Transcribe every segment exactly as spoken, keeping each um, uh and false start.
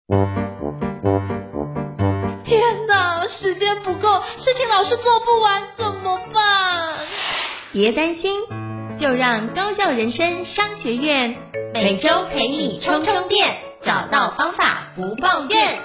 天哪，时间不够，事情老是做不完，怎么办？ 别担心，就让高效人生商学院每周陪你充充电，找到方法不抱怨。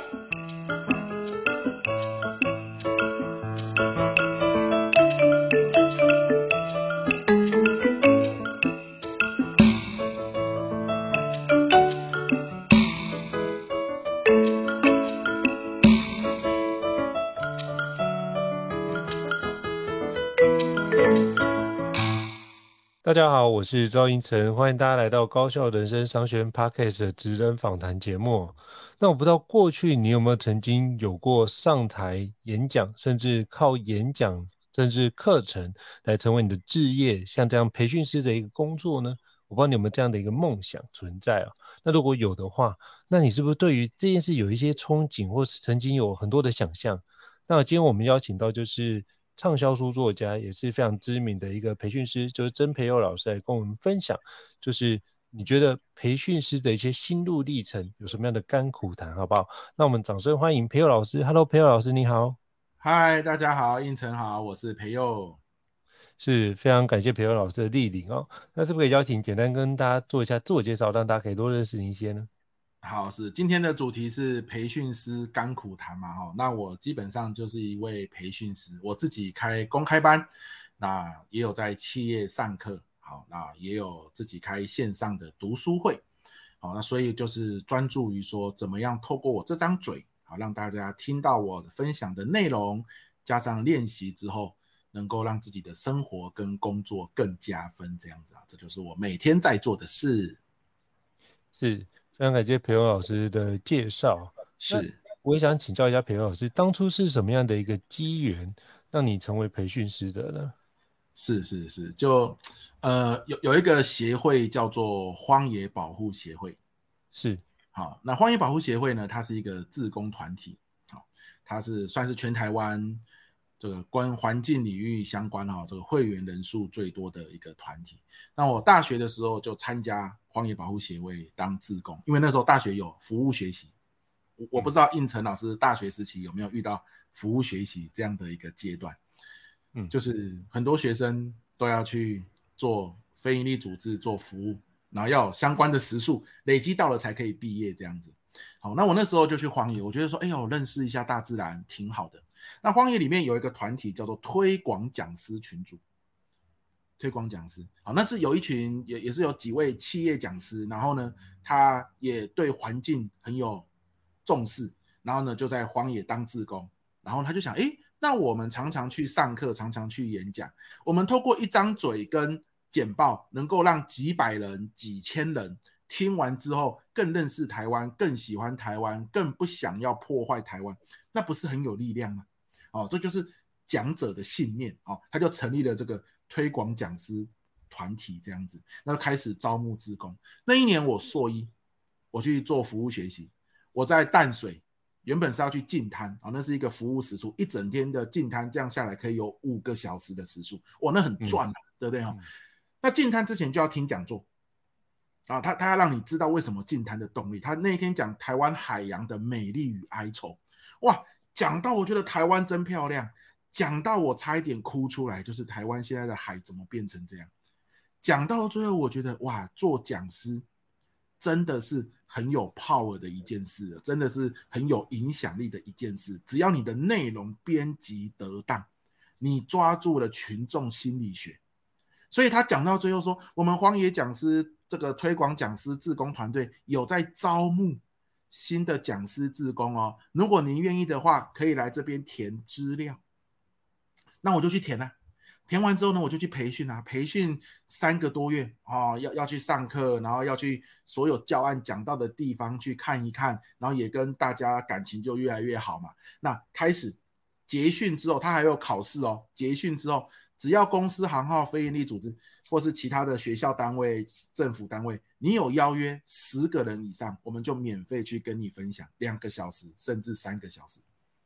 大家好，我是赵英成，欢迎大家来到高效人生商学院 Podcast 的职人访谈节目。那我不知道过去你有没有曾经有过上台演讲，甚至靠演讲甚至课程来成为你的志业，像这样培训师的一个工作呢？我不知道你有没有这样的一个梦想存在啊？那如果有的话，那你是不是对于这件事有一些憧憬，或是曾经有很多的想象？那今天我们邀请到就是畅销书作家，也是非常知名的一个培训师，就是曾培祐老师来跟我们分享，就是你觉得培训师的一些心路历程有什么样的甘苦谈，好不好？那我们掌声欢迎培祐老师。 Hello， 培祐老师你好。 嗨，大家好，应成好，我是培祐。 是非常感谢培祐老师的莅临哦。那是不是可以邀请简单跟大家做一下自我介绍，让大家可以多认识你一些呢？ 好，是今天的主题是培训师甘苦谈嘛，哈，那我基本上就是一位培训师，我自己开公开班，那也有在企业上课，好，那也有自己开线上的读书会，好，那所以就是专注于说怎么样透过我这张嘴，好，让大家听到我分享的内容，加上练习之后，能够让自己的生活跟工作更加分，这样子啊，这就是我每天在做的事。 是非常感谢培祐老师的介绍。 是， 我也想请教一下培祐老师，当初是什么样的一个机缘让你成为培训师的呢？ 是是是，就呃有有一个协会叫做荒野保护协会， 是， 好，那荒野保护协会呢，它是一个志工团体，好，它是算是全台湾这个跟环境领域相关哈，这个会员人数最多的一个团体。那我大学的时候就参加荒野保护协会当志工，因为那时候大学有服务学习，我不知道应成老师大学时期有没有遇到服务学习这样的一个阶段。嗯，就是很多学生都要去做非营利组织做服务，然后要有相关的时数累积到了才可以毕业这样子。好，那我那时候就去荒野，我觉得说哎呦认识一下大自然挺好的。那荒野里面有一个团体叫做推广讲师群组，推广讲师，好，那是有一群 也, 也是有几位企业讲师，然后呢他也对环境很有重视，然后呢就在荒野当志工，然后他就想哎，那我们常常去上课，常常去演讲，我们透过一张嘴跟简报能够让几百人几千人听完之后更认识台湾，更喜欢台湾，更不想要破坏台湾，那不是很有力量吗？哦，这就是讲者的信念，哦，他就成立了这个推广讲师团体这样子，那就开始招募志工。那一年我硕一，我去做服务学习，我在淡水原本是要去净滩，哦，那是一个服务时数，一整天的净滩这样下来可以有五个小时的时数，哇，那很赚啊，嗯，对不对，哦，嗯，那净滩之前就要听讲座啊，他他要让你知道为什么净滩的动力。他那一天讲台湾海洋的美丽与哀愁，哇，讲到我觉得台湾真漂亮，讲到我差一点哭出来，就是台湾现在的海怎么变成这样。讲到最后我觉得哇，做讲师真的是很有 power 的一件事，真的是很有影响力的一件事。只要你的内容编辑得当，你抓住了群众心理学。所以他讲到最后说，我们荒野讲师这个推广讲师志工团队有在招募新的讲师志工哦，如果您愿意的话，可以来这边填资料。那我就去填了，填完之后呢，我就去培训啊，培训三个多月哦，要要去上课，然后要去所有教案讲到的地方去看一看，然后也跟大家感情就越来越好嘛。那开始结训之后，他还有考试哦，结训之后，只要公司行号、非营利组织或是其他的学校单位、政府单位，你有邀约十个人以上，我们就免费去跟你分享两个小时甚至三个小时。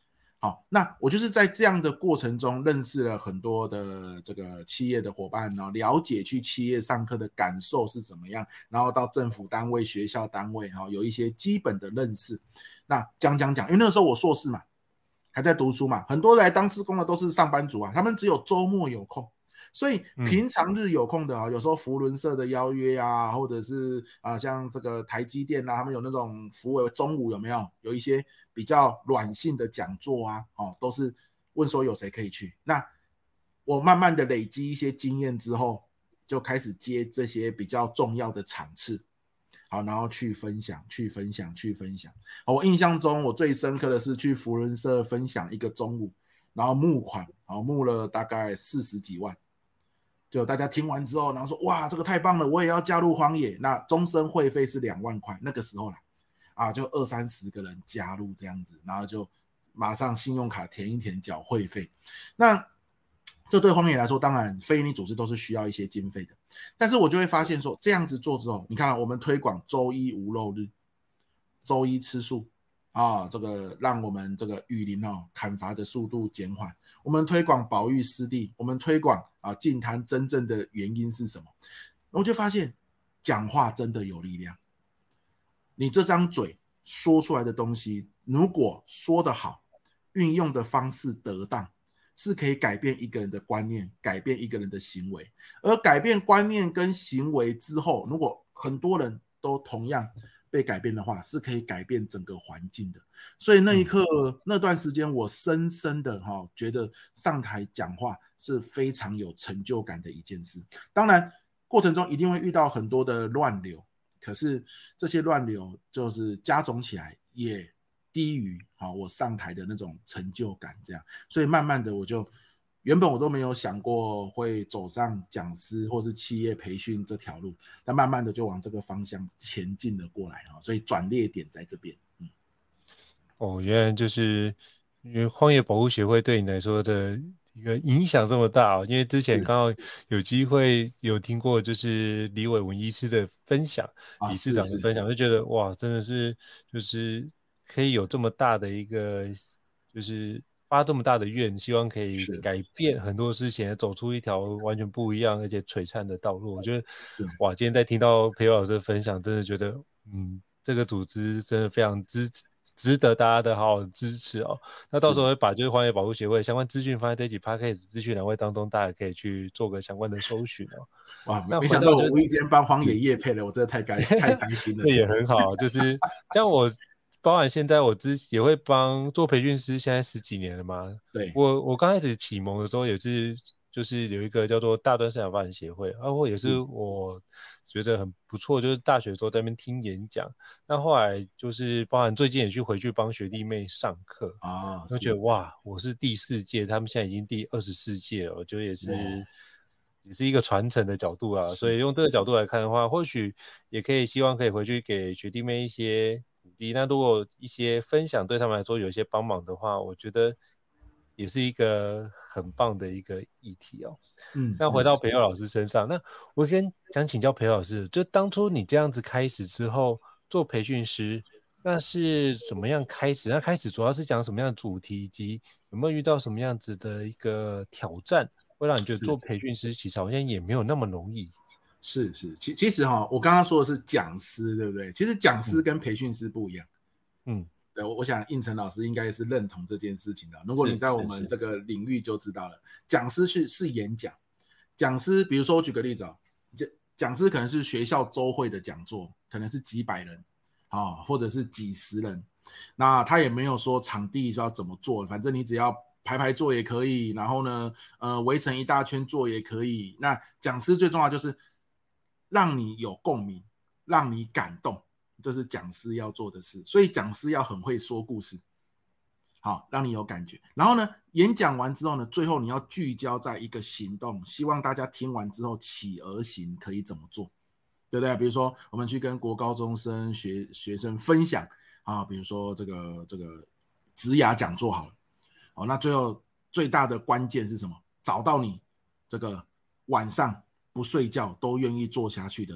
好，那我就是在这样的过程中认识了很多的这个企业的伙伴，然后了解去企业上课的感受是怎么样，然后到政府单位、学校单位，然后有一些基本的认识。那讲讲讲，因为那个时候我硕士嘛，还在读书嘛，很多来当志工的都是上班族啊，他们只有周末有空。所以平常日有空的啊，嗯、有时候福伦社的邀约啊，或者是啊像这个台积电啊，他们有那种福委中午有没有有一些比较软性的讲座啊，哦，都是问说有谁可以去。那我慢慢的累积一些经验之后，就开始接这些比较重要的场次，好，然后去分享，去分享，去分享。我印象中我最深刻的是去福伦社分享一个中午，然后募款，好募了大概四十几万。就大家听完之后，然后说哇，这个太棒了，我也要加入荒野。那终身会费是两万块，那个时候啦，啊，就二三十个人加入这样子，然后就马上信用卡填一填缴会费。那这对荒野来说，当然非营利组织都是需要一些经费的，但是我就会发现说，这样子做之后，你看、啊、我们推广周一无肉日，周一吃素。啊，这个让我们这个雨林哦砍伐的速度减缓。我们推广保育湿地，我们推广啊净滩真正的原因是什么？我就发现讲话真的有力量。你这张嘴说出来的东西，如果说得好，运用的方式得当，是可以改变一个人的观念，改变一个人的行为。而改变观念跟行为之后，如果很多人都同样被改变的话，是可以改变整个环境的。所以那一刻、嗯、那段时间我深深的、哦、觉得上台讲话是非常有成就感的一件事。当然过程中一定会遇到很多的乱流，可是这些乱流就是加总起来也低于、哦、我上台的那种成就感这样。所以慢慢的我就原本我都没有想过会走上讲师或是企业培训这条路，但慢慢的就往这个方向前进了过来，所以转捩点在这边。嗯、 哦，原来就是因为荒野保护协会对你来说的一个影响这么大、哦、因为之前刚好有机会有听过就是李伟文医师的分享、啊、理事长的分享，就觉得哇，真的是就是可以有这么大的一个就是发这么大的愿，希望可以改变很多事情，走出一条完全不一样而且璀璨的道路。我觉得哇，今天在听到培友老师的分享，真的觉得嗯，这个组织真的非常支持值得大家的好好的支持哦。那到时候会把就是荒野保护协会相关资讯放在这一集 Podcast 资讯栏位当中，大家可以去做个相关的搜寻哦。 哇，那没想到我无意间帮荒野业配了，我真的太开太开心了。 这也很好，就是像我包含现在我之也会帮做培训师，现在十几年了嘛。 对， 我我刚开始启蒙的时候也是就是有一个叫做大专生涯发展协会，然后也是我觉得很不错，就是大学的时候在那边听演讲。那后来就是包含最近也去回去帮学弟妹上课啊，我觉得哇，我是第四届，他们现在已经第二十四届了，我觉得也是也是一个传承的角度啊。所以用这个角度来看的话，或许也可以希望可以回去给学弟妹一些鼓励。那如果一些分享对他们来说有一些帮忙的话，我觉得也是一个很棒的一个议题哦。嗯，那回到培友老师身上，那我跟想请教培友老师，就当初你这样子开始之后做培训师，那是怎么样开始？那开始主要是讲什么样的主题，以及有没有遇到什么样子的一个挑战，会让你觉得做培训师其实好像也没有那么容易？ 是是，其其实哈、哦，我刚刚说的是讲师，对不对？其实讲师跟培训师不一样。嗯。对，我想应成老师应该是认同这件事情的。如果你在我们这个领域就知道了，讲师是是演讲，讲师比如说我举个例子啊，讲师可能是学校周会的讲座，可能是几百人啊、哦，或者是几十人，那他也没有说场地要怎么做，反正你只要排排坐也可以，然后呢，呃，围成一大圈坐也可以。那讲师最重要就是让你有共鸣，让你感动。这是讲师要做的事，所以讲师要很会说故事，好，让你有感觉。然后呢，演讲完之后呢，最后你要聚焦在一个行动，希望大家听完之后起而行可以怎么做，对不对？比如说我们去跟国高中生学学生分享啊，比如说这个这个职涯讲座好了，哦，那最后最大的关键是什么？找到你这个晚上不睡觉都愿意做下去的事。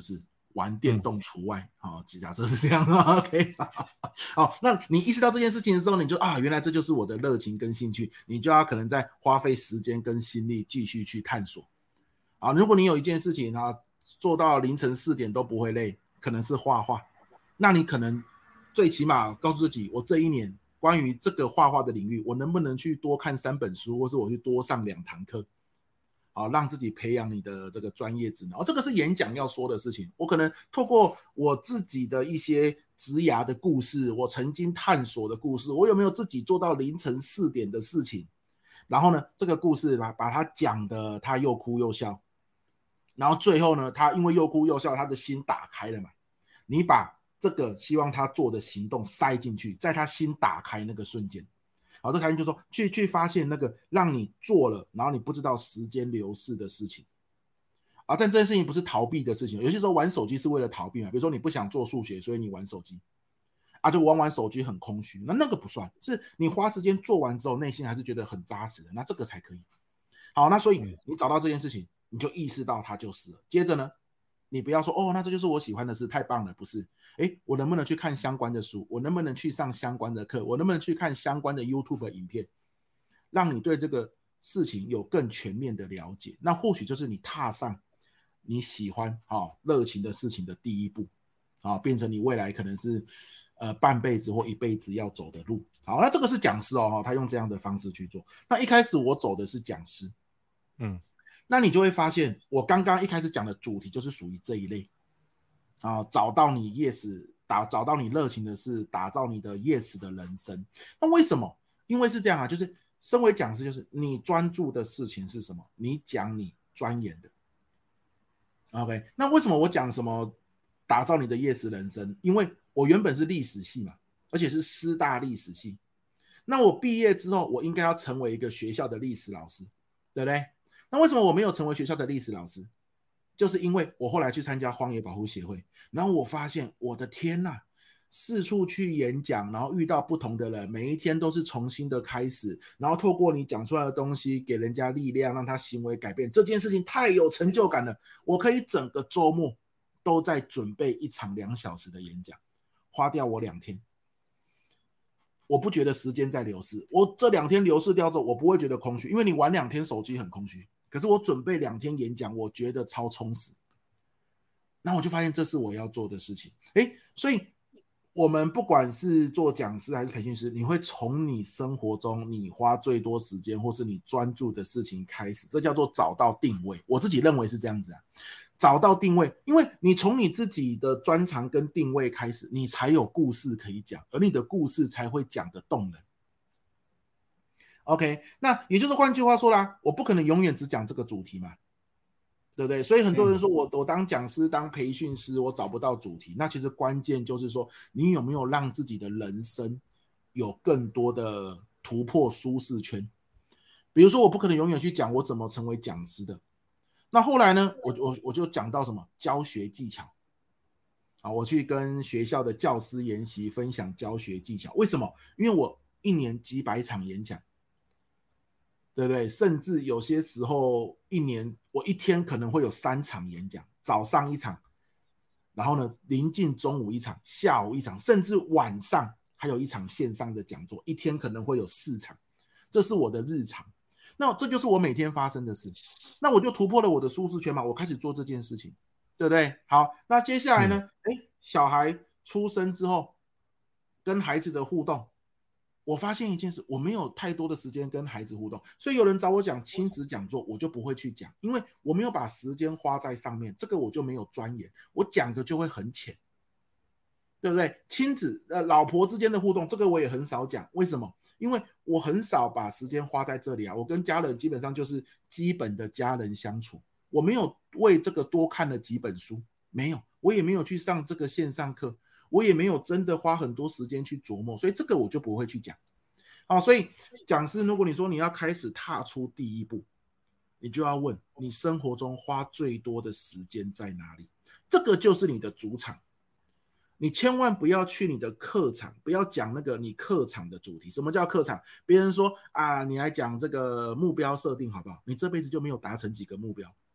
玩电动除外。好、嗯，假设是这样 ，OK 好，那你意识到这件事情的时候，你就啊，原来这就是我的热情跟兴趣，你就要可能再花费时间跟心力继续去探索。啊，如果你有一件事情啊做到凌晨四点都不会累，可能是画画，那你可能最起码告诉自己，我这一年关于这个画画的领域，我能不能去多看三本书，或是我去多上两堂课，好，让自己培养你的这个专业职能。哦，这个是演讲要说的事情。我可能透过我自己的一些职涯的故事，我曾经探索的故事，我有没有自己做到凌晨四点的事情？然后呢，这个故事把把它讲的他又哭又笑，然后最后呢，他因为又哭又笑，他的心打开了嘛。你把这个希望他做的行动塞进去，在他心打开那个瞬间，好，这才就说去去发现那个让你做了，然后你不知道时间流逝的事情。啊，但这件事情不是逃避的事情，有些时候玩手机是为了逃避嘛，比如说你不想做数学，所以你玩手机，啊，就玩玩手机很空虚，那那个不算，是你花时间做完之后，内心还是觉得很扎实的，那这个才可以。好，那所以你找到这件事情，你就意识到它就是了。接着呢，你不要说哦，那这就是我喜欢的事，太棒了，不是？哎，我能不能去看相关的书？我能不能去上相关的课？我能不能去看相关的 YouTube 影片，让你对这个事情有更全面的了解？那或许就是你踏上你喜欢、哦、热情的事情的第一步，啊、哦，变成你未来可能是呃半辈子或一辈子要走的路。好，那这个是讲师哦，他用这样的方式去做。那一开始我走的是讲师。嗯，那你就会发现，我刚刚一开始讲的主题就是属于这一类啊，找到你 yes 打，找到你热情的事，打造你的 yes 的人生。那为什么？因为是这样啊，就是身为讲师，就是你专注的事情是什么？你讲你钻研的。OK， 那为什么我讲什么打造你的 yes 人生？因为我原本是历史系嘛，而且是师大历史系。那我毕业之后，我应该要成为一个学校的历史老师，对不对？那为什么我没有成为学校的历史老师？就是因为我后来去参加荒野保护协会，然后我发现我的天哪，四处去演讲，然后遇到不同的人，每一天都是重新的开始，然后透过你讲出来的东西给人家力量，让他行为改变，这件事情太有成就感了。我可以整个周末都在准备一场两小时的演讲，花掉我两天，我不觉得时间在流逝。我这两天流逝掉之后，我不会觉得空虚，因为你玩两天手机很空虚。可是我准备两天演讲，我觉得超充实。那我就发现这是我要做的事情。诶，所以我们不管是做讲师还是培训师，你会从你生活中你花最多时间或是你专注的事情开始，这叫做找到定位。我自己认为是这样子啊，找到定位，因为你从你自己的专长跟定位开始，你才有故事可以讲，而你的故事才会讲得动人。OK， 那也就是换句话说啦，我不可能永远只讲这个主题嘛，对不对？所以很多人说我我当讲师当培训师，我找不到主题。那其实关键就是说，你有没有让自己的人生有更多的突破舒适圈？比如说，我不可能永远去讲我怎么成为讲师的。那后来呢，我我我就讲到什么教学技巧啊，我去跟学校的教师研习分享教学技巧。为什么？因为我一年几百场演讲。对不对？甚至有些时候一年我一天可能会有三场演讲，早上一场，然后呢临近中午一场，下午一场，甚至晚上还有一场线上的讲座，一天可能会有四场，这是我的日常。那这就是我每天发生的事，那我就突破了我的舒适圈嘛，我开始做这件事情，对不对？好，那接下来呢？哎、嗯，小孩出生之后，跟孩子的互动。我发现一件事，我没有太多的时间跟孩子互动，所以有人找我讲亲子讲座，我就不会去讲，因为我没有把时间花在上面，这个我就没有钻研，我讲的就会很浅，对不对？亲子呃老婆之间的互动，这个我也很少讲，为什么？因为我很少把时间花在这里啊，我跟家人基本上就是基本的家人相处，我没有为这个多看了几本书，没有，我也没有去上这个线上课。我也没有真的花很多时间去琢磨，所以这个我就不会去讲。好，所以讲师，如果你说你要开始踏出第一步，你就要问你生活中花最多的时间在哪里，这个就是你的主场。你千万不要去你的课场，不要讲那个你课场的主题。什么叫课场？别人说啊，你来讲这个目标设定好不好？你这辈子就没有达成几个目标。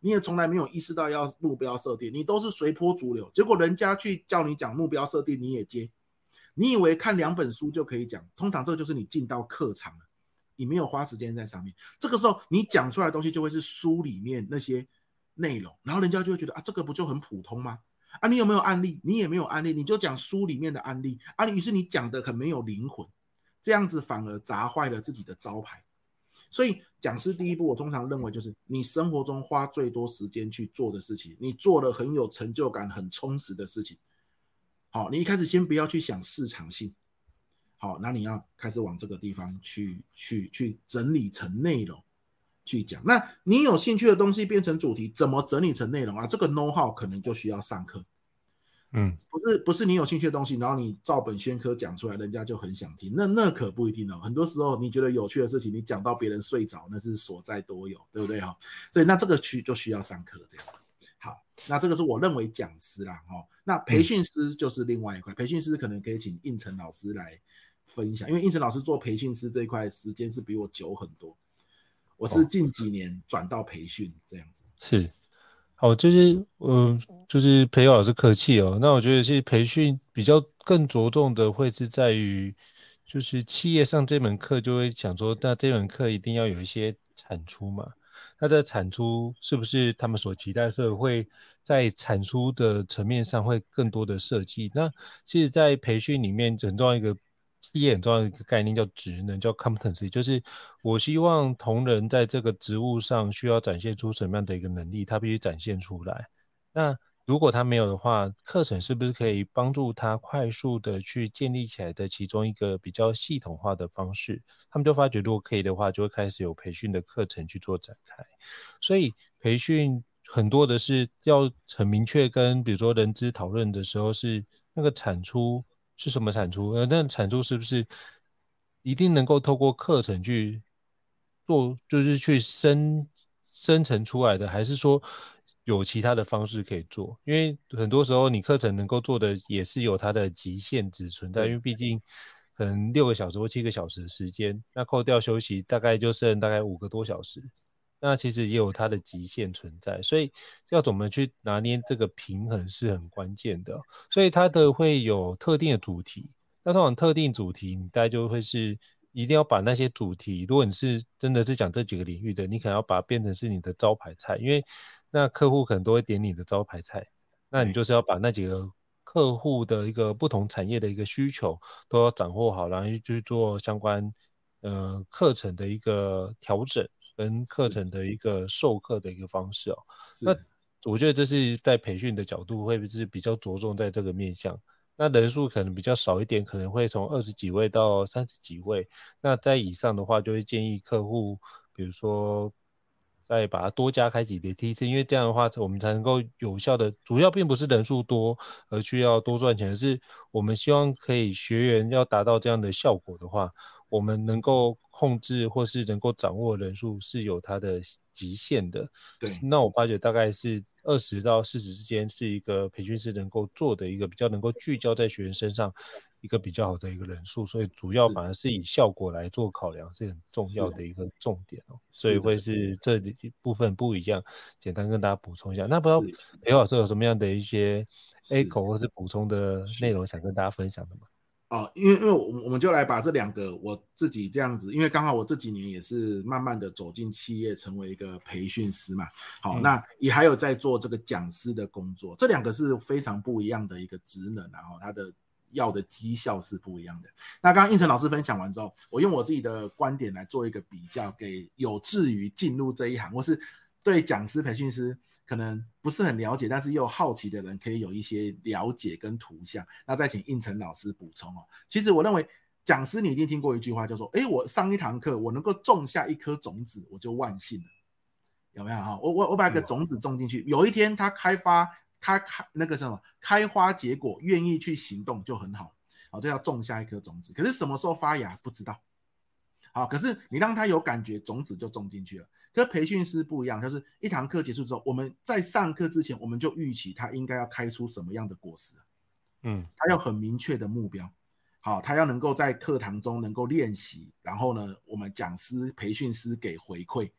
你也从来没有意识到要目标设定，你都是随波逐流，结果人家去叫你讲目标设定你也接，你以为看两本书就可以讲，通常这就是你进到课场了，你没有花时间在上面，这个时候你讲出来的东西就会是书里面那些内容，然后人家就会觉得啊，这个不就很普通吗？啊，你有没有案例？你也没有案例，你就讲书里面的案例啊，于是你讲的很没有灵魂，这样子反而砸坏了自己的招牌。所以讲师第一步，我通常认为就是你生活中花最多时间去做的事情，你做了很有成就感、很充实的事情。好，你一开始先不要去想市场性，好，那你要开始往这个地方去去去整理成内容去讲。那你有兴趣的东西变成主题，怎么整理成内容啊？这个 know how 可能就需要上课。嗯，不是不是你有兴趣的东西，然后你照本宣科讲出来，人家就很想听，那那可不一定哦。很多时候你觉得有趣的事情，你讲到别人睡着，那是所在多有，对不对哈？所以那这个区就需要上课这样子。好，那这个是我认为讲师啦，哦，那培训师就是另外一块，培训师可能可以请应成老师来分享，因为应成老师做培训师这一块时间是比我久很多，我是近几年转到培训这样子。 是。好，就是嗯、呃，就是培友老师客气哦。那我觉得其实培训比较更着重的会是在于，就是企业上这门课就会想说，那这门课一定要有一些产出嘛。那这产出是不是他们所期待的，会在产出的层面上会更多的设计？那其实，在培训里面很重要一个。企业很重要的一个概念叫职能，叫 competency， 就是我希望同仁在这个职务上需要展现出什么样的一个能力，他必须展现出来。那如果他没有的话，课程是不是可以帮助他快速的去建立起来的其中一个比较系统化的方式？他们就发觉如果可以的话，就会开始有培训的课程去做展开。所以培训很多的是要很明确跟比如说人资讨论的时候，是那个产出是什么产出？呃，那产出是不是一定能够透过课程去做，就是去生生成出来的，还是说有其他的方式可以做？因为很多时候你课程能够做的也是有它的极限值存在，因为毕竟可能六个小时或七个小时的时间，那扣掉休息大概就剩大概五个多小时。那其实也有它的极限存在，所以要怎么去拿捏这个平衡是很关键的。所以它的会有特定的主题，那通常特定主题你大概就会是一定要把那些主题，如果你是真的是讲这几个领域的，你可能要把它变成是你的招牌菜，因为那客户可能都会点你的招牌菜，那你就是要把那几个客户的一个不同产业的一个需求都要掌握好，然后去做相关呃课程的一个调整跟课程的一个授课的一个方式哦。那我觉得这是在培训的角度会不是比较着重在这个面向。那人数可能比较少一点，可能会从二十几位到三十几位。那在以上的话，就会建议客户，比如说再把它多加开几节梯次，因为这样的话，我们才能够有效的。主要并不是人数多而需要多赚钱，而是我们希望可以学员要达到这样的效果的话，我们能够控制或是能够掌握人数是有它的极限的。 对， 那我发觉大概是二十到四十之间是一个培训师能够做的一个比较能够聚焦在学员身上一个比较好的一个人数，所以主要反而是以效果来做考量，是很重要的一个重点哦。所以会是这一部分不一样，简单跟大家补充一下。那不知道裴老师有什么样的一些 echo 或是补充的内容想跟大家分享的吗？ 哦，因为因为我们就来把这两个我自己这样子，因为刚好我这几年也是慢慢的走进企业，成为一个培训师嘛。好，嗯、那也还有在做这个讲师的工作，这两个是非常不一样的一个职能，然后它的要的绩效是不一样的。那刚刚应成老师分享完之后，我用我自己的观点来做一个比较，给有志于进入这一行或是对讲师培训师可能不是很了解，但是又好奇的人可以有一些了解跟图像。那再请应成老师补充哦。其实我认为讲师你一定听过一句话，叫做诶我上一堂课我能够种下一颗种子我就万幸了，有没有哈？我我我把一个种子种进去，有一天它开发它开那个什么开花结果，愿意去行动就很好，好，这叫种下一颗种子。可是什么时候发芽不知道，好，可是你让他有感觉，种子就种进去了。可是培训师不一样，就是一堂课结束之后，我们在上课之前，我们就预期他应该要开出什么样的果实，嗯，他要很明确的目标，好，他要能够在课堂中能够练习，然后呢，我们讲师、培训师给回馈，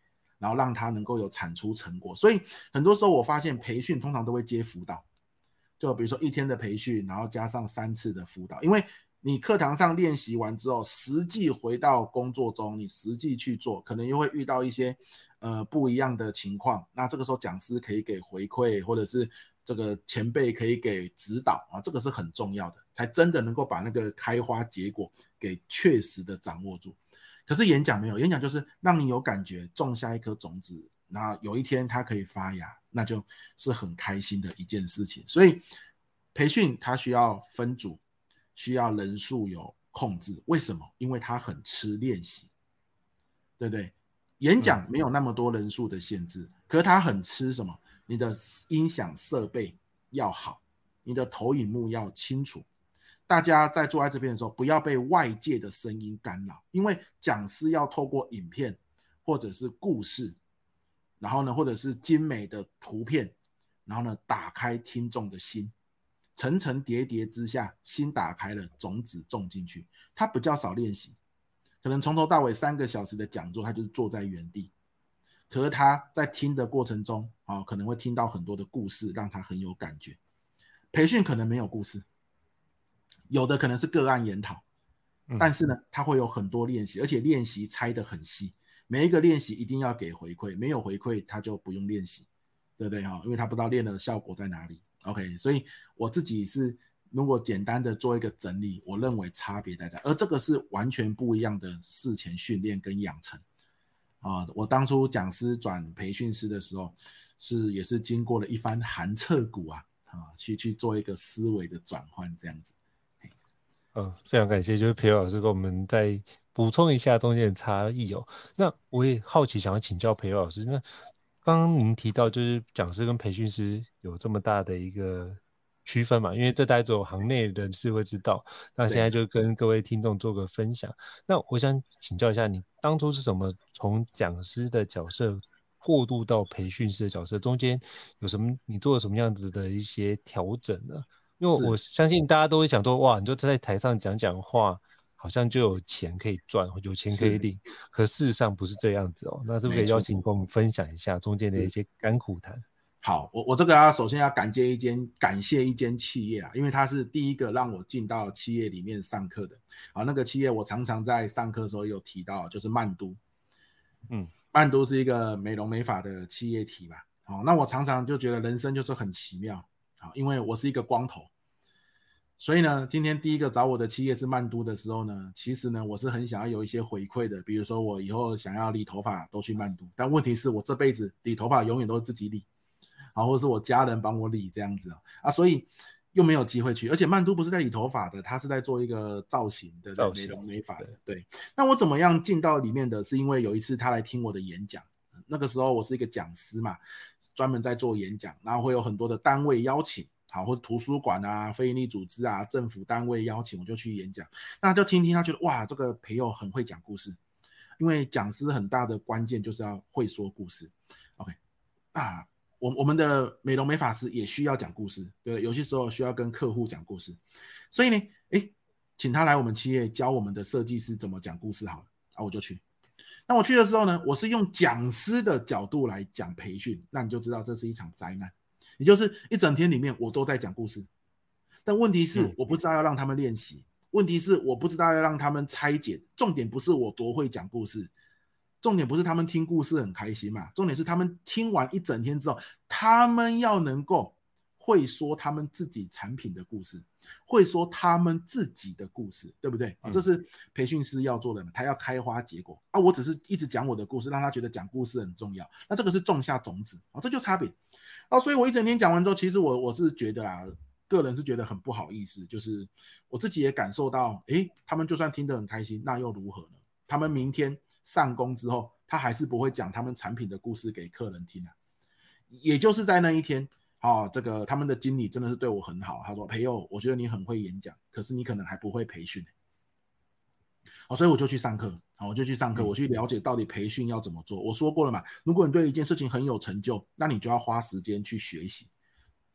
然后让他能够有产出成果。所以很多时候我发现培训通常都会接辅导，就比如说一天的培训，然后加上三次的辅导，因为你课堂上练习完之后，实际回到工作中，你实际去做，可能又会遇到一些呃不一样的情况。那这个时候讲师可以给回馈，或者是这个前辈可以给指导啊，这个是很重要的，才真的能够把那个开花结果给确实的掌握住。可是演讲没有，演讲就是让你有感觉，种下一颗种子，那有一天它可以发芽，那就是很开心的一件事情。所以培训它需要分组，需要人数有控制。为什么？因为它很吃练习，对不对？演讲没有那么多人数的限制，可是它很吃什么？你的音响设备要好，你的投影幕要清楚。大家在坐在这边的时候，不要被外界的声音干扰，因为讲师要透过影片或者是故事，然后呢，或者是精美的图片，然后呢，打开听众的心，层层叠叠之下，心打开了，种子种进去。他比较少练习，可能从头到尾三个小时的讲座，他就是坐在原地。可是他在听的过程中，哦，可能会听到很多的故事，让他很有感觉。培训可能没有故事，有的可能是个案研讨，但是呢，他会有很多练习，而且练习拆得很细，每一个练习一定要给回馈，没有回馈他就不用练习，对不对？因为他不知道练的效果在哪里。OK， 所以我自己是如果简单的做一个整理，我认为差别在这，而这个是完全不一样的事前训练跟养成。啊，我当初讲师转培训师的时候，是也是经过了一番寒彻骨啊，啊，去去做一个思维的转换，这样子。 嗯，非常感谢，就是培友老师跟我们再补充一下中间的差异哦。那我也好奇，想要请教培友老师，那刚刚您提到就是讲师跟培训师有这么大的一个区分嘛？因为这大家只有行内人士会知道。那现在就跟各位听众做个分享。那我想请教一下，你当初是怎么从讲师的角色过渡到培训师的角色，中间有什么你做了什么样子的一些调整呢？因为我相信大家都会想说，哇，你就在台上讲讲话，好像就有钱可以赚，有钱可以领，可事实上不是这样子哦。那是不是可以邀请跟我们分享一下中间的一些甘苦谈？ 好，我我这个要首先要感谢一间感谢一间企业啊，因为它是第一个让我进到企业里面上课的啊。那个企业我常常在上课的时候有提到，就是曼都。嗯，曼都是一个美容美发的企业体吧。好，那我常常就觉得人生就是很奇妙啊，因为我是一个光头。所以呢，今天第一个找我的企业是曼都的时候呢，其实呢，我是很想要有一些回馈的，比如说我以后想要理头发都去曼都，但问题是我这辈子理头发永远都是自己理，啊，或者是我家人帮我理这样子啊，啊，所以又没有机会去，而且曼都不是在理头发的，他是在做一个造型的美容美发的，对。那我怎么样进到里面的？是因为有一次他来听我的演讲，那个时候我是一个讲师嘛，专门在做演讲，然后会有很多的单位邀请。好，或者图书馆啊、非营利组织啊、政府单位邀请，我就去演讲。那就听听，他觉得哇，这个培友很会讲故事，因为讲师很大的关键就是要会说故事。OK， 啊，我我们的美容美发师也需要讲故事，对，有些时候需要跟客户讲故事，所以呢，哎，请他来我们企业教我们的设计师怎么讲故事好了，啊，我就去。那我去的时候呢，我是用讲师的角度来讲培训，那你就知道这是一场灾难。也就是一整天里面我都在讲故事，但问题是我不知道要让他们练习，嗯、问题是我不知道要让他们拆解，重点不是我多会讲故事，重点不是他们听故事很开心嘛，重点是他们听完一整天之后，他们要能够会说他们自己产品的故事，会说他们自己的故事，对不对？嗯、这是培训师要做的，他要开花结果啊！我只是一直讲我的故事，让他觉得讲故事很重要，那这个是种下种子啊，这就差别。哦，所以我一整天讲完之后，其实我我是觉得啦，个人是觉得很不好意思，就是我自己也感受到，诶，他们就算听得很开心，那又如何呢？他们明天上工之后，他还是不会讲他们产品的故事给客人听啊。也就是在那一天，哦，这个他们的经理真的是对我很好，他说：“培友，我觉得你很会演讲，可是你可能还不会培训。”好，所以我就去上课，好，我就去上课，我去了解到底培训要怎么做。我说过了嘛，如果你对一件事情很有成就，那你就要花时间去学习。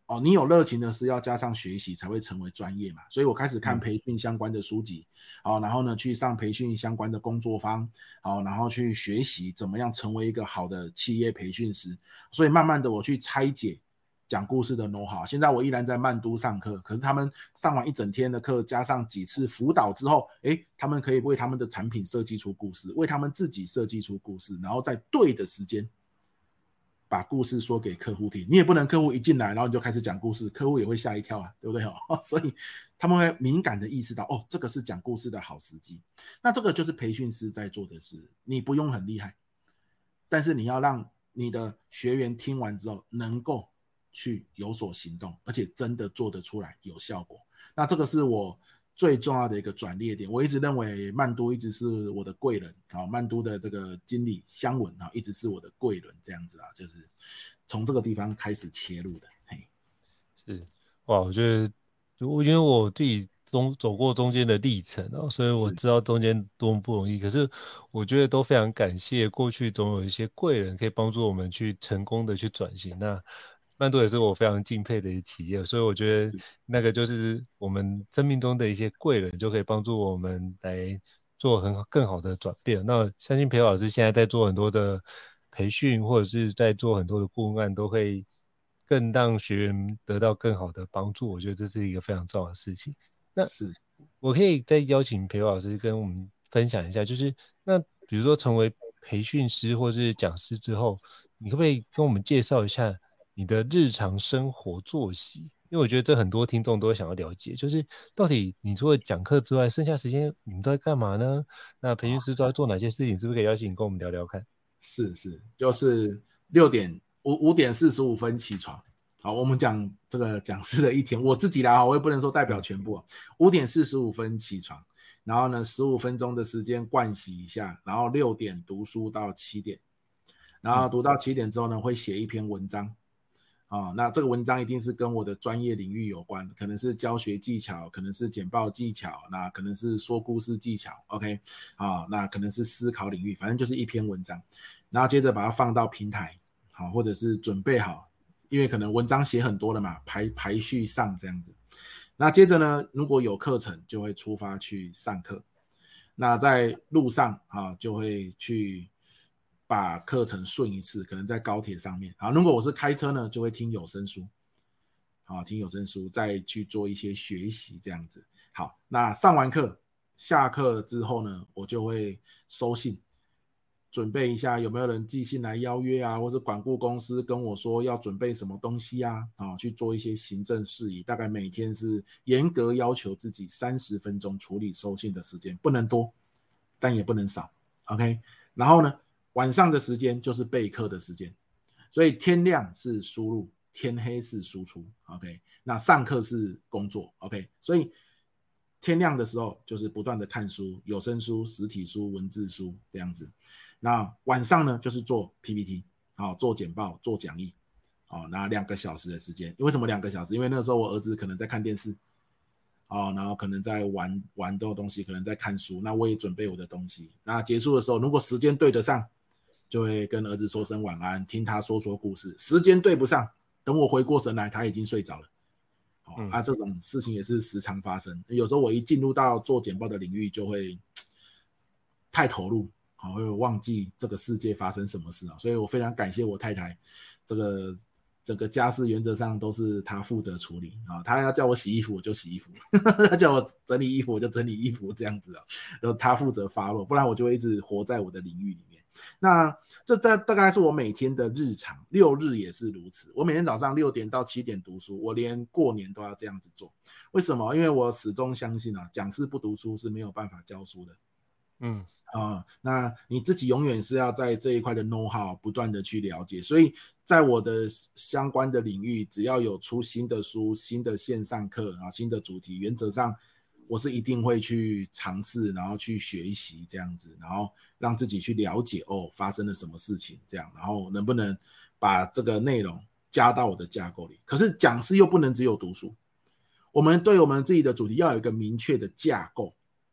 哦，你有热情的是要加上学习才会成为专业嘛，所以我开始看培训相关的书籍，好、嗯哦，然后呢去上培训相关的工作坊，好、哦，然后去学习怎么样成为一个好的企业培训师，所以慢慢的我去拆解讲故事的 know how。现在我依然在曼都上课，可是他们上完一整天的课，加上几次辅导之后，诶，他们可以为他们的产品设计出故事，为他们自己设计出故事，然后在对的时间把故事说给客户听。你也不能客户一进来然后你就开始讲故事，客户也会吓一跳啊，对不对、哦、所以他们会敏感的意识到，哦，这个是讲故事的好时机。那这个就是培训师在做的事，你不用很厉害，但是你要让你的学员听完之后能够去有所行动，而且真的做得出来有效果。那这个是我最重要的一个转捩点。我一直认为曼都一直是我的贵人，好，曼都的这个经理香文一直是我的贵人，这样子啊，就是从这个地方开始切入的。嘿， 是哇，我觉得因为我自己中走过中间的历程、哦、所以我知道中间多么不容易。可是我觉得都非常感谢过去总有一些贵人可以帮助我们去成功的去转型。那曼都也是我非常敬佩的一个企业，所以我觉得那个就是我们生命中的一些贵人就可以帮助我们来做很好更好的转变。那相信培老师现在在做很多的培训或者是在做很多的顾问案，都会更让学员得到更好的帮助。我觉得这是一个非常重要的事情。那是我可以再邀请培老师跟我们分享一下，就是那比如说成为培训师或是讲师之后，你可不可以跟我们介绍一下你的日常生活作息？因为我觉得这很多听众都会想要了解，就是到底你除了讲课之外，剩下时间你们都在干嘛呢？那培训师都在做哪些事情？是不是可以邀请你跟我们聊聊看？ 是是，就是六点五五点四十五分起床。好，我们讲这个讲师的一天，我自己啦，我也不能说代表全部。五点四十五分起床，然后呢，十五分钟的时间盥洗一下，然后六点读书到七点，然后读到七点之后呢，会写一篇文章。哦，那这个文章一定是跟我的专业领域有关，可能是教学技巧，可能是简报技巧，那可能是说故事技巧 ，OK， 啊、哦，那可能是思考领域，反正就是一篇文章，然后接着把它放到平台，好，或者是准备好，因为可能文章写很多了嘛，排排序上这样子。那接着呢，如果有课程就会出发去上课，那在路上啊就会去把课程顺一次，可能在高铁上面。好，如果我是开车呢，就会听有声书，好，听有声书，再去做一些学习这样子。好，那上完课，下课之后呢，我就会收信，准备一下有没有人寄信来邀约啊，或是管顾公司跟我说要准备什么东西啊，啊，去做一些行政事宜。大概每天是严格要求自己三十分钟处理收信的时间，不能多，但也不能少。OK， 然后呢？晚上的时间就是备课的时间，所以天亮是输入，天黑是输出 ，OK， 那上课是工作 ，OK， 所以天亮的时候就是不断的看书，有声书、实体书、文字书这样子，那晚上呢就是做 P P T， 好，做简报、做讲义，好，那两个小时的时间，为什么两个小时？因为那时候我儿子可能在看电视，哦，然后可能在玩玩的东西，可能在看书，那我也准备我的东西，那结束的时候如果时间对得上，就会跟儿子说声晚安，听他说说故事。时间对不上，等我回过神来，他已经睡着了。哦嗯、啊，这种事情也是时常发生。有时候我一进入到做简报的领域，就会太投入，好、哦，会忘记这个世界发生什么事啊。所以我非常感谢我太太，这个整个家事原则上都是她负责处理啊、哦。她要叫我洗衣服，我就洗衣服；她叫我整理衣服，我就整理衣服，这样子啊。然后她负责follow，不然我就会一直活在我的领域里面。那这大大概是我每天的日常，六日也是如此。我每天早上六点到七点读书，我连过年都要这样子做。为什么？因为我始终相信啊，讲师不读书是没有办法教书的。嗯啊、呃，那你自己永远是要在这一块的 know how 不断的去了解。所以在我的相关的领域，只要有出新的书、新的线上课啊、新的主题，原则上我是一定会去尝试，然后去学习这样子，然后让自己去了解哦发生了什么事情这样，然后能不能把这个内容加到我的架构里。可是讲师又不能只有读书，我们对我们自己的主题要有一个明确的架构，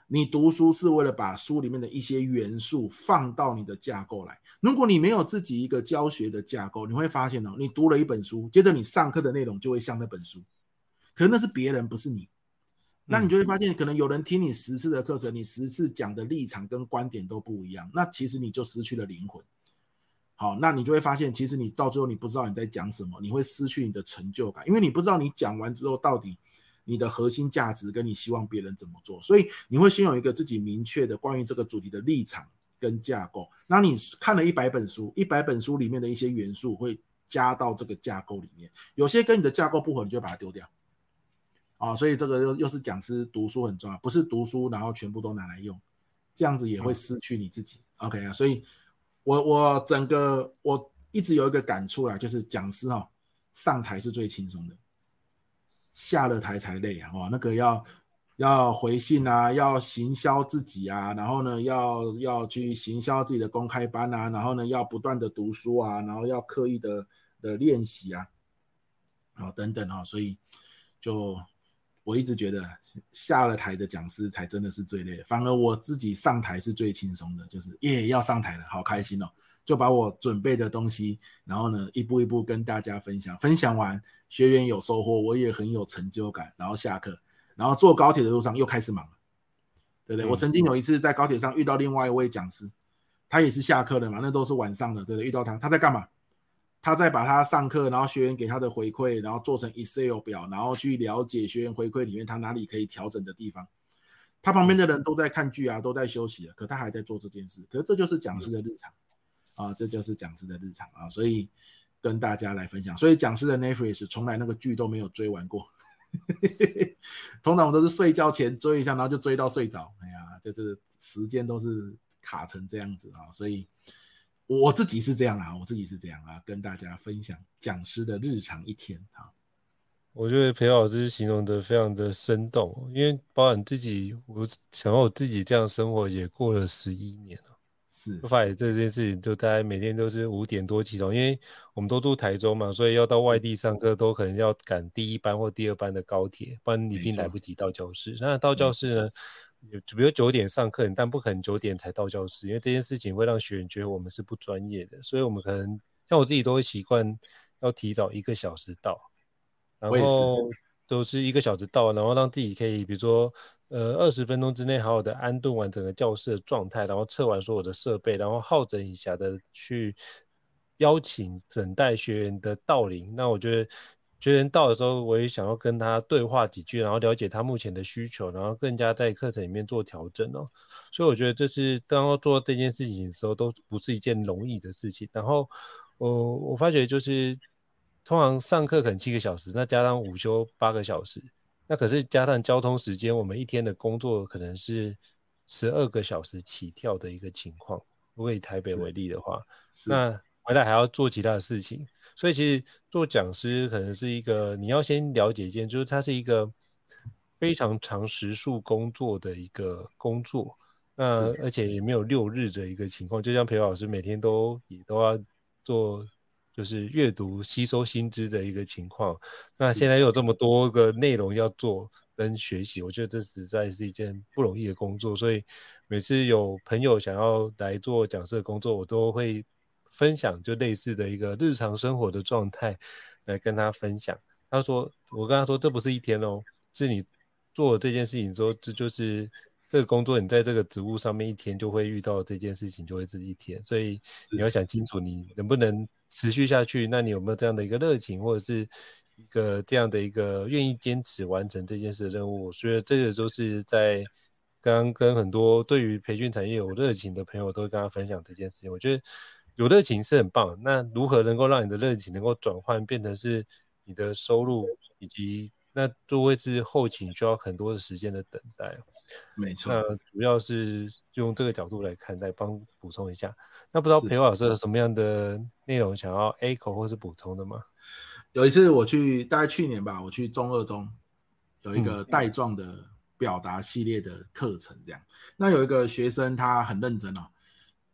你读书是为了把书里面的一些元素放到你的架构来。如果你没有自己一个教学的架构，你会发现哦，你读了一本书，接着你上课的内容就会像那本书，可是那是别人，不是你。那你就会发现，可能有人听你十次的课程，你十次讲的立场跟观点都不一样，那其实你就失去了灵魂。好，那你就会发现，其实你到最后你不知道你在讲什么，你会失去你的成就感，因为你不知道你讲完之后到底你的核心价值跟你希望别人怎么做，所以你会先有一个自己明确的关于这个主题的立场跟架构。那你看了一百本书，一百本书里面的一些元素会加到这个架构里面，有些跟你的架构不合，你就把它丢掉。啊、哦，所以这个又又是讲师读书很重要，不是读书然后全部都拿来用，这样子也会失去你自己。嗯、OK 啊，所以我我整个我一直有一个感触啦，就是讲师哦，上台是最轻松的，下了台才累啊！哇，那个要要回信啊，要行销自己啊，然后呢要要去行销自己的公开班啊，然后呢要不断的读书啊，然后要刻意的的练习啊，好、哦、等等啊、哦，所以就。我一直觉得下了台的讲师才真的是最累的，反而我自己上台是最轻松的，就是耶要上台了，好开心哦！就把我准备的东西，然后呢一步一步跟大家分享，分享完学员有收获，我也很有成就感，然后下课，然后坐高铁的路上又开始忙了，对不对？嗯、我曾经有一次在高铁上遇到另外一位讲师，他也是下课的嘛，那都是晚上的，对不对？遇到他，他在干嘛？他在把他上课，然后学员给他的回馈，然后做成 Excel 表，然后去了解学员回馈里面他哪里可以调整的地方。他旁边的人都在看剧啊，都在休息了，可他还在做这件事。可是这就是讲师的日常啊，这就是讲师的日常啊，所以跟大家来分享。所以讲师的 Netflix 从来那个剧都没有追完过，通常我都是睡觉前追一下，然后就追到睡着。哎呀，就是时间都是卡成这样子啊，所以。我自己是这样啊，我自己是这样啊，跟大家分享讲师的日常一天啊。 我觉得裴老师形容的非常的生动，因为包含自己，我想到我自己这样生活也过了十一年了， 是， 就发现这件事情，就大概每天都是五点多起床，因为我们都住台中嘛，所以要到外地上课都可能要赶第一班或第二班的高铁，不然一定来不及到教室。那到教室呢？比如九点上课，但不可能九点才到教室，因为这件事情会让学员觉得我们是不专业的，所以我们可能像我自己都会习惯要提早一个小时到，然后都是一个小时到，然后让自己可以比如说呃二十分钟之内好好的安顿完整个教室的状态，然后测完所有的设备，然后好整以暇的去邀请等待学员的到临。那我觉得学员到的时候，我也想要跟他对话几句，然后了解他目前的需求，然后更加在课程里面做调整哦。所以我觉得这是当要做这件事情的时候，都不是一件容易的事情。然后我我发觉就是通常上课可能七个小时，那加上午休八个小时，那可是加上交通时间，我们一天的工作可能是十二个小时起跳的一个情况。如果以台北为例的话，那回来还要做其他的事情。所以其实做讲师可能是一个你要先了解一件，就是它是一个非常长时数工作的一个工作，那而且也没有六日的一个情况，就像裴老师每天都也都要做就是阅读吸收新知的一个情况，那现在又有这么多个内容要做跟学习，我觉得这实在是一件不容易的工作，所以每次有朋友想要来做讲师的工作，我都会分享就类似的一个日常生活的状态来跟他分享。他说，我跟他说这不是一天哦，是你做了这件事情之后，这就是这个工作你在这个职务上面一天就会遇到这件事情，就会是一天，所以你要想清楚你能不能持续下去，那你有没有这样的一个热情，或者是一个这样的一个愿意坚持完成这件事的任务。我觉得这个都是在刚刚跟很多对于培训产业有热情的朋友都会跟他分享这件事情。我觉得有热情是很棒，那如何能够让你的热情能够转换变成是你的收入，以及那都会是后期需要很多的时间的等待。 没错， 那主要是用这个角度来看待，帮补充一下。那不知道裴老师有什么样的内容想要 echo 或是补充的吗？ 有一次我去，大概去年吧，我去中二中有一个带状的表达系列的课程，这样、嗯。那有一个学生他很认真哦，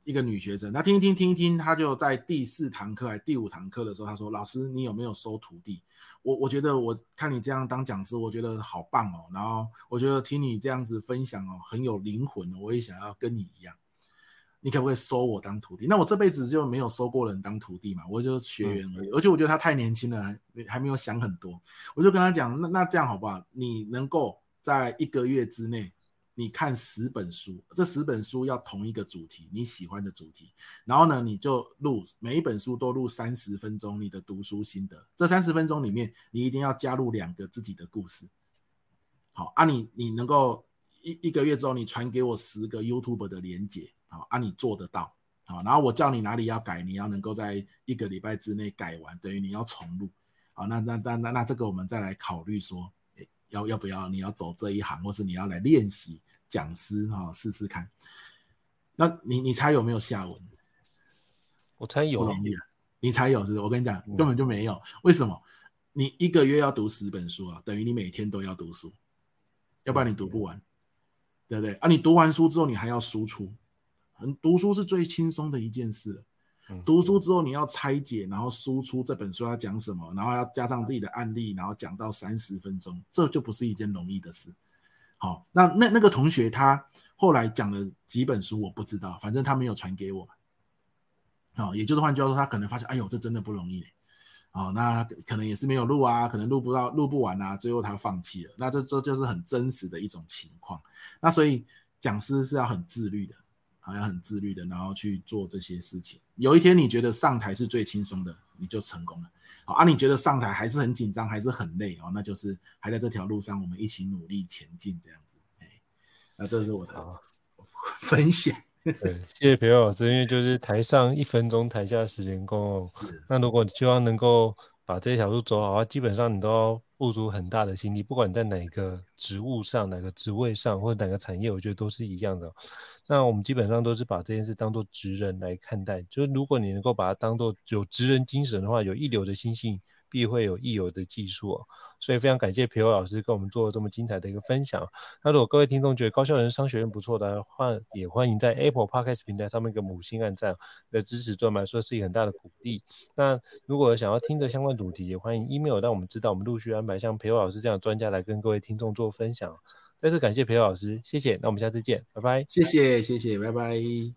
一个女学生，她听一听听一听，她就在第四堂课还第五堂课的时候，她说：“老师，你有没有收徒弟？我我觉得我看你这样当讲师，我觉得好棒哦。然后我觉得听你这样子分享哦，很有灵魂哦，我也想要跟你一样。你可不可以收我当徒弟？那我这辈子就没有收过人当徒弟嘛，我就学员而已。而且我觉得他太年轻了，还还没有想很多。我就跟他讲，那那这样好不好？你能够在一个月之内。”你看十本书，这十本书要同一个主题，你喜欢的主题，然后呢，你就录每一本书都录三十分钟你的读书心得。这三十分钟里面，你一定要加入两个自己的故事。好啊你，你能够一一个月之后，你传给我十个 YouTube 的连结，好啊，你做得到。好，然后我叫你哪里要改，你要能够在一个礼拜之内改完，等于你要重录。好，那那那那那这个我们再来考虑说。要要不要你要走这一行，或是你要来练习讲师哈，试试看。那你你猜有没有下文？ 我猜有， 不容易啊，你猜有是不是？我跟你讲，根本就没有。为什么？你一个月要读十本书啊，等于你每天都要读书，要不然你读不完，对不对？啊，你读完书之后，你还要输出。读书是最轻松的一件事了。读书之后你要拆解，然后输出这本书要讲什么，然后要加上自己的案例，然后讲到三十分钟，这就不是一件容易的事。好，那那那个同学他后来讲了几本书我不知道，反正他没有传给我。好，也就是换句话说，他可能发现，哎呦，这真的不容易嘞。好，那可能也是没有录啊，可能录不到，录不完啊，最后他放弃了。那这这就是很真实的一种情况。那所以讲师是要很自律的。好，要很自律的，然后去做这些事情。有一天你觉得上台是最轻松的，你就成功了。好啊，你觉得上台还是很紧张，还是很累哦，那就是还在这条路上，我们一起努力前进这样子。哎，那这是我的分享。 对，谢谢培佑老师，因为就是台上一分钟，台下十年功哦。那如果希望能够把这条路走好的话，基本上你都要付出很大的心力，不管你在哪个职务上、哪个职位上，或者哪个产业，我觉得都是一样的。那我们基本上都是把这件事当作职人来看待，就是如果你能够把它当作有职人精神的话，有一流的心性，必会有一流的技术哦。所以非常感谢培佑老师跟我们做这么精彩的一个分享。那如果各位听众觉得高效人商学院不错的话，也欢迎在 Apple Podcast 平台上面给母星按赞的支持，对我们来说是一个很大的鼓励。那如果想要听的相关主题，也欢迎 email 让我们知道，我们陆续安排像培佑老师这样的专家来跟各位听众做分享。再次感谢培佑老师，谢谢。那我们下次见，拜拜。 谢谢，谢谢，拜拜。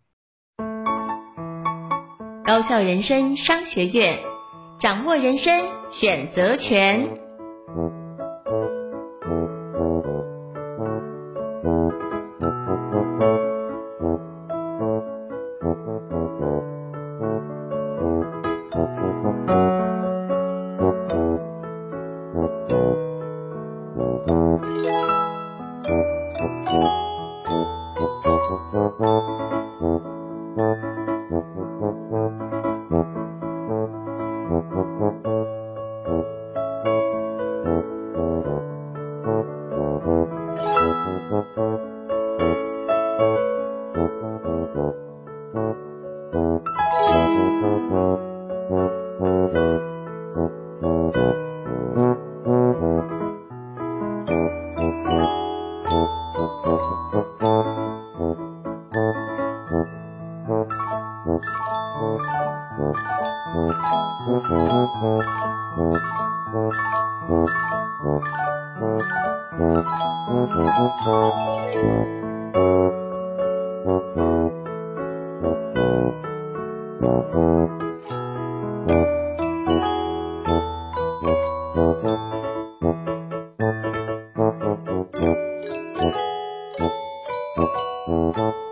高效人生商学院，掌握人生选择权。 Thank you.